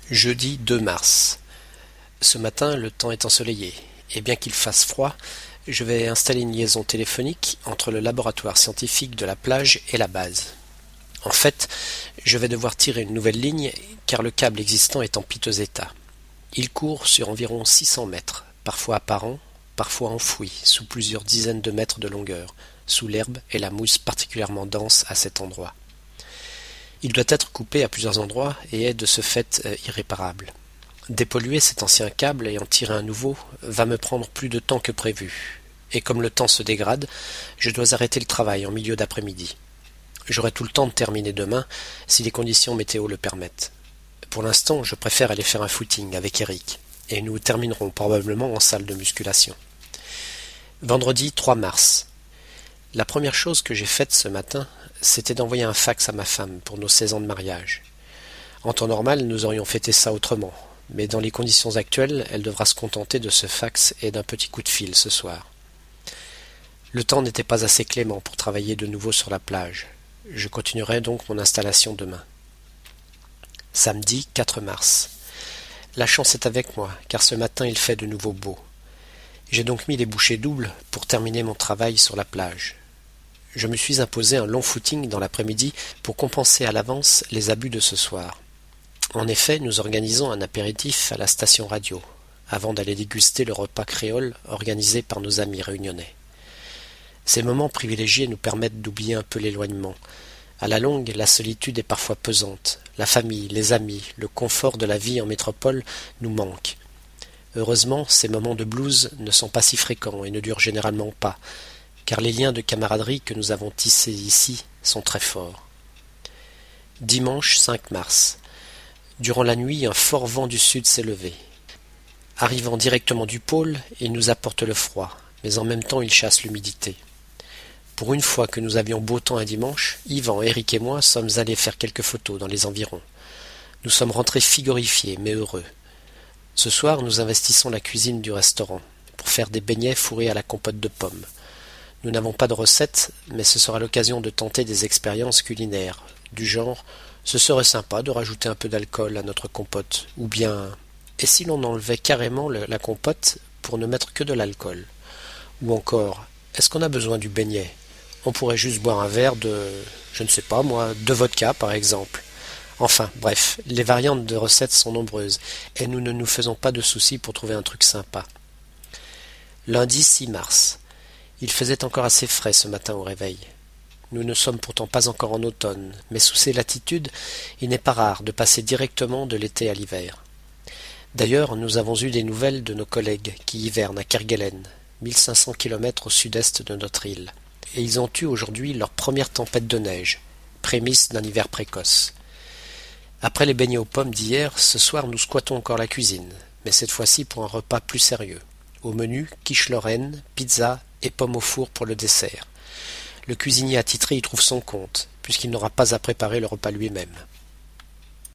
Jeudi 2 mars. Ce matin, le temps est ensoleillé, et bien qu'il fasse froid, je vais installer une liaison téléphonique entre le laboratoire scientifique de la plage et la base. En fait, je vais devoir tirer une nouvelle ligne car le câble existant est en piteux état. Il court sur environ 600 mètres, parfois apparent, parfois enfoui, sous plusieurs dizaines de mètres de longueur, sous l'herbe et la mousse particulièrement dense à cet endroit. Il doit être coupé à plusieurs endroits et est de ce fait irréparable. Dépolluer cet ancien câble et en tirer un nouveau va me prendre plus de temps que prévu. Et comme le temps se dégrade, je dois arrêter le travail en milieu d'après-midi. J'aurai tout le temps de terminer demain si les conditions météo le permettent. Pour l'instant, je préfère aller faire un footing avec Eric et nous terminerons probablement en salle de musculation. Vendredi 3 mars. La première chose que j'ai faite ce matin, c'était d'envoyer un fax à ma femme pour nos 16 ans de mariage. En temps normal, nous aurions fêté ça autrement, mais dans les conditions actuelles, elle devra se contenter de ce fax et d'un petit coup de fil ce soir. Le temps n'était pas assez clément pour travailler de nouveau sur la plage. Je continuerai donc mon installation demain. Samedi 4 mars. La chance est avec moi, car ce matin il fait de nouveau beau. J'ai donc mis les bouchées doubles pour terminer mon travail sur la plage. Je me suis imposé un long footing dans l'après-midi pour compenser à l'avance les abus de ce soir. En effet, nous organisons un apéritif à la station radio, avant d'aller déguster le repas créole organisé par nos amis réunionnais. Ces moments privilégiés nous permettent d'oublier un peu l'éloignement. À la longue, la solitude est parfois pesante. La famille, les amis, le confort de la vie en métropole nous manquent. Heureusement, ces moments de blues ne sont pas si fréquents et ne durent généralement pas, car les liens de camaraderie que nous avons tissés ici sont très forts. Dimanche 5 mars. Durant la nuit, un fort vent du sud s'est levé. Arrivant directement du pôle, il nous apporte le froid, mais en même temps il chasse l'humidité. Pour une fois que nous avions beau temps un dimanche, Yvan, Eric et moi sommes allés faire quelques photos dans les environs. Nous sommes rentrés frigorifiés, mais heureux. Ce soir, nous investissons la cuisine du restaurant, pour faire des beignets fourrés à la compote de pommes. Nous n'avons pas de recette, mais ce sera l'occasion de tenter des expériences culinaires, du genre « ce serait sympa de rajouter un peu d'alcool à notre compote » ou bien « et si l'on enlevait carrément la compote pour ne mettre que de l'alcool » ou encore « est-ce qu'on a besoin du beignet ? On pourrait juste boire un verre de, je ne sais pas moi, de vodka par exemple. » Enfin, bref, les variantes de recettes sont nombreuses, et nous ne nous faisons pas de soucis pour trouver un truc sympa. Lundi 6 mars. Il faisait encore assez frais ce matin au réveil. Nous ne sommes pourtant pas encore en automne, mais sous ces latitudes, il n'est pas rare de passer directement de l'été à l'hiver. D'ailleurs, nous avons eu des nouvelles de nos collègues qui hivernent à Kerguelen, 1500 km au sud-est de notre île, et ils ont eu aujourd'hui leur première tempête de neige, prémisse d'un hiver précoce. Après les beignets aux pommes d'hier, ce soir nous squattons encore la cuisine, mais cette fois-ci pour un repas plus sérieux. Au menu, quiche lorraine, pizza et pommes au four pour le dessert. Le cuisinier attitré y trouve son compte, puisqu'il n'aura pas à préparer le repas lui-même.